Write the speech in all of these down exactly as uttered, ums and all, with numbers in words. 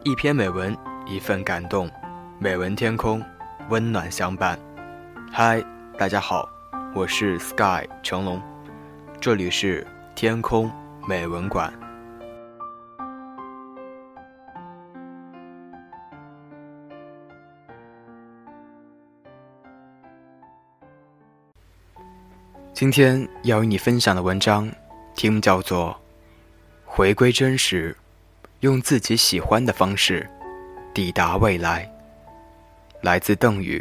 一篇美文，一份感动，美文天空，温暖相伴。嗨，大家好，我是 Sky 成龙，这里是天空美文馆。今天要与你分享的文章题目叫做回归真实，用自己喜欢的方式抵达未来，来自邓宇。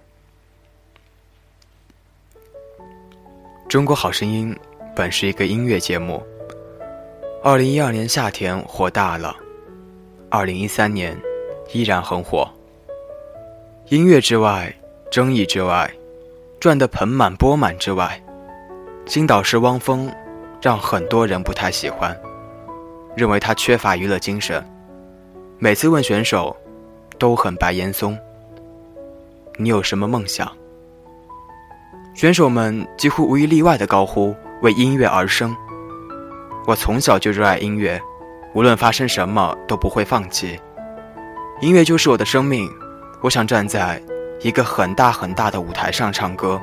中国好声音本是一个音乐节目，二零一二年夏天火大了，二零一三年依然很火。音乐之外，争议之外，赚得盆满钵满之外，新导师汪峰让很多人不太喜欢，认为他缺乏娱乐精神。每次问选手都很白岩松，你有什么梦想？选手们几乎无一例外地高呼为音乐而生。我从小就热爱音乐，无论发生什么都不会放弃。音乐就是我的生命，我想站在一个很大很大的舞台上唱歌。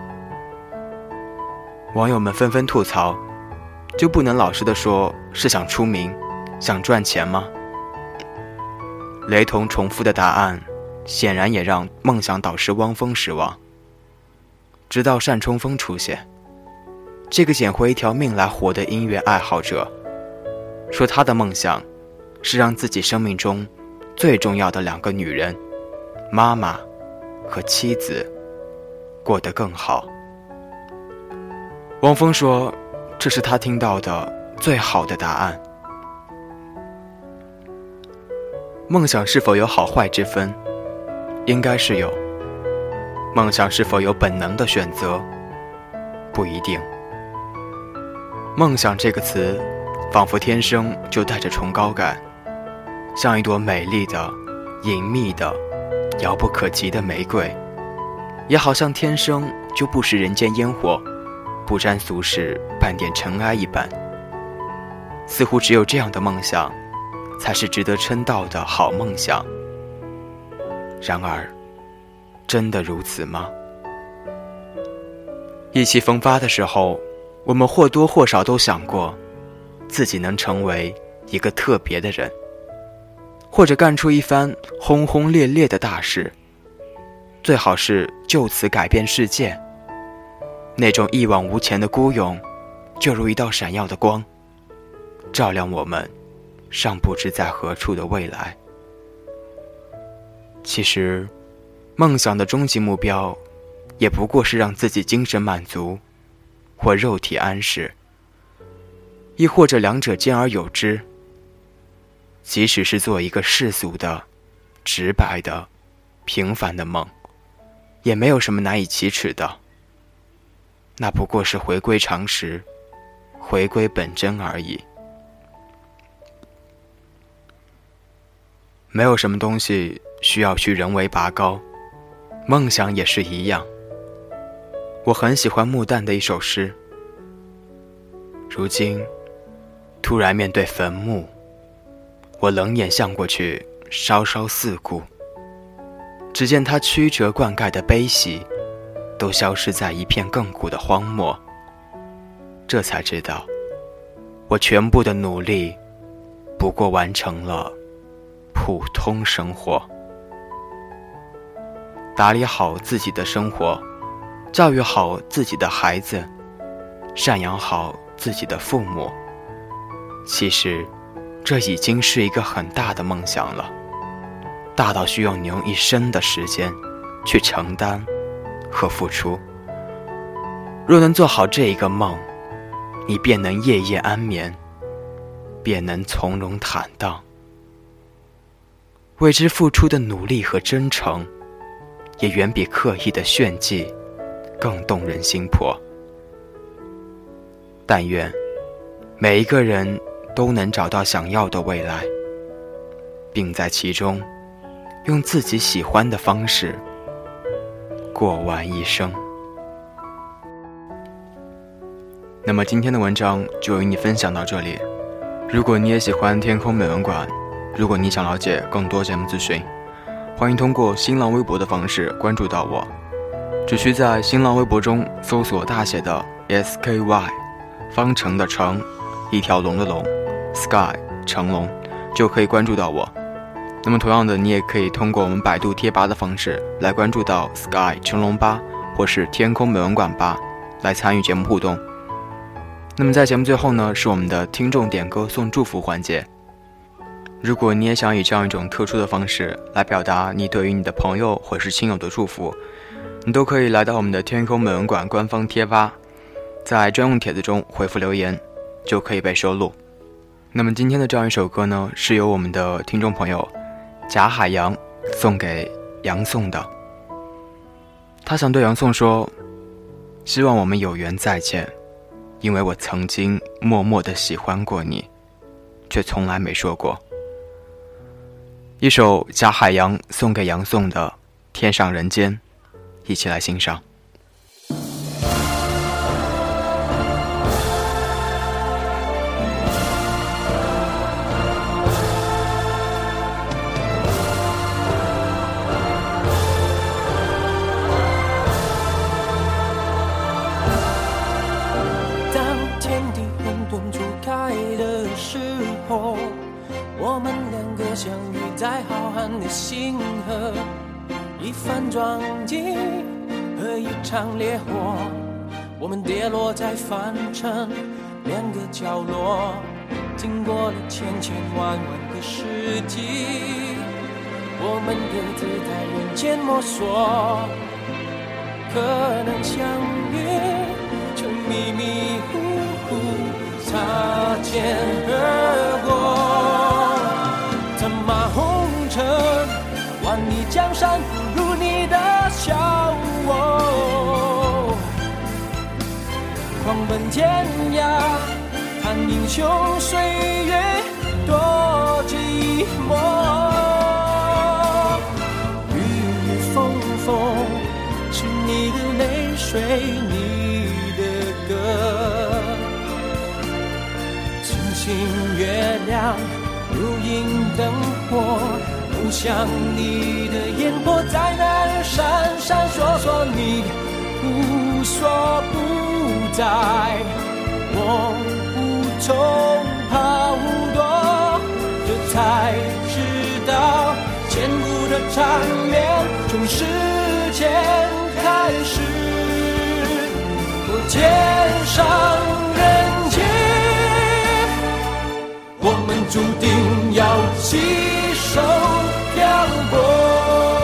网友们纷纷吐槽，就不能老实地说是想出名，想赚钱吗？雷同重复的答案显然也让梦想导师汪峰失望。直到单冲锋出现，这个捡回一条命来活的音乐爱好者，说他的梦想是让自己生命中最重要的两个女人，妈妈和妻子，过得更好。汪峰说，这是他听到的最好的答案。梦想是否有好坏之分？应该是有。梦想是否有本能的选择？不一定。梦想这个词仿佛天生就带着崇高感，像一朵美丽的、隐秘的、遥不可及的玫瑰，也好像天生就不食人间烟火，不沾俗世半点尘埃一般。似乎只有这样的梦想才是值得称道的好梦想。然而真的如此吗？意气风发的时候，我们或多或少都想过自己能成为一个特别的人，或者干出一番轰轰烈烈的大事，最好是就此改变世界。那种一往无前的孤勇，就如一道闪耀的光，照亮我们尚不知在何处的未来。其实梦想的终极目标也不过是让自己精神满足或肉体安适，亦或者两者兼而有之。即使是做一个世俗的、直白的、平凡的梦，也没有什么难以启齿的。那不过是回归常识，回归本真而已。没有什么东西需要去人为拔高，梦想也是一样。我很喜欢穆旦的一首诗，如今突然面对坟墓，我冷眼向过去，稍稍四顾，只见他曲折灌溉的悲喜都消失在一片亘古的荒漠。这才知道，我全部的努力不过完成了普通生活。打理好自己的生活，教育好自己的孩子，赡养好自己的父母，其实这已经是一个很大的梦想了，大到需要你用一生的时间去承担和付出。若能做好这一个梦，你便能夜夜安眠，便能从容坦荡。为之付出的努力和真诚，也远比刻意的炫技更动人心魄。但愿每一个人都能找到想要的未来，并在其中用自己喜欢的方式过完一生。那么今天的文章就与你分享到这里。如果你也喜欢天空美文馆， 如果你想了解更多节目资讯，欢迎通过新浪微博的方式关注到我，只需在新浪微博中搜索大写的 S K Y 方程的程，一条龙的龙 Sky 成龙，就可以关注到我。那么同样的，你也可以通过我们百度贴吧的方式来关注到 Sky 成龙吧或是天空美文馆吧，来参与节目互动。那么在节目最后呢，是我们的听众点歌送祝福环节。如果你也想以这样一种特殊的方式来表达你对于你的朋友或是亲友的祝福，你都可以来到我们的天空美文馆官方贴吧，在专用帖子中回复留言，就可以被收录。那么今天的这样一首歌呢，是由我们的听众朋友贾海洋送给杨颂的。他想对杨颂说，希望我们有缘再见，因为我曾经默默地喜欢过你，却从来没说过。一首贾海洋送给杨颂的《天上人间》，一起来欣赏。 我们两个相遇在浩瀚的星河，一番撞击和一场烈火，我们跌落在凡尘两个角落，经过了千千万万个世纪，我们各自在人间摸索，可能相遇就迷迷糊糊擦肩而过。策马红尘，万里江山不如你的笑我，狂奔天涯，看英雄岁月多寂寞。雨雨风风，是你的泪水，你的歌。星星月亮如影灯火，不像你的眼波在那儿闪闪烁烁，你无所不在，我无从逃躲，这才知道千古的缠绵从时间开始，我天上人间，我们注定要携手漂泊。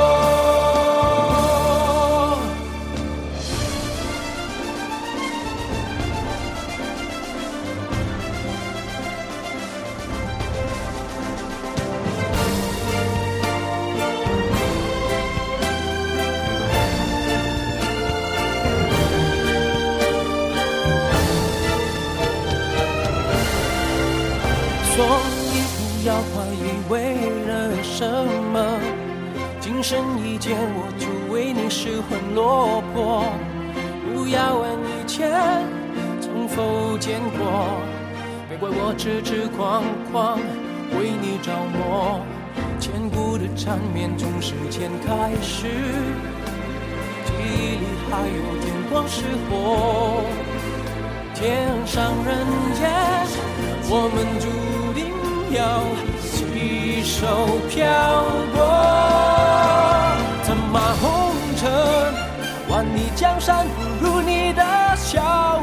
所以不要怀疑为了什么，今生一见我就为你失魂落魄，不要问以前从否见过，别怪我痴痴狂狂为你着魔，千古的缠绵从时间开始，记忆里还有电光石火，天上人间，我们注定要携手漂泊。策马红尘，万里江山不如你的笑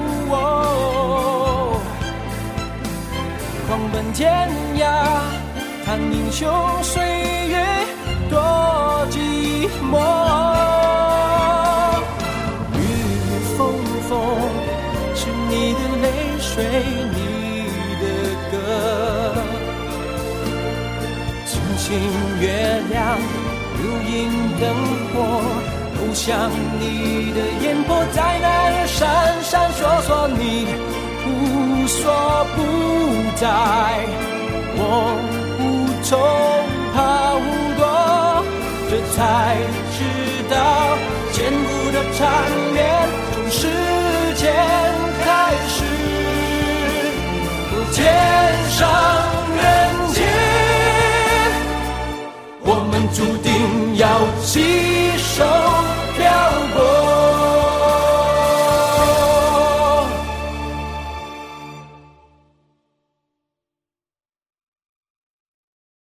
我，狂奔天涯，看英雄岁月多寂寞。雨雨风风，是你的泪水，你的歌。星星月亮如影灯火，不像你的眼波在那儿闪闪烁烁，你无所不在，我无从逃躲，这才知道千古的缠绵从时间开始，天上人间， 注定要携手。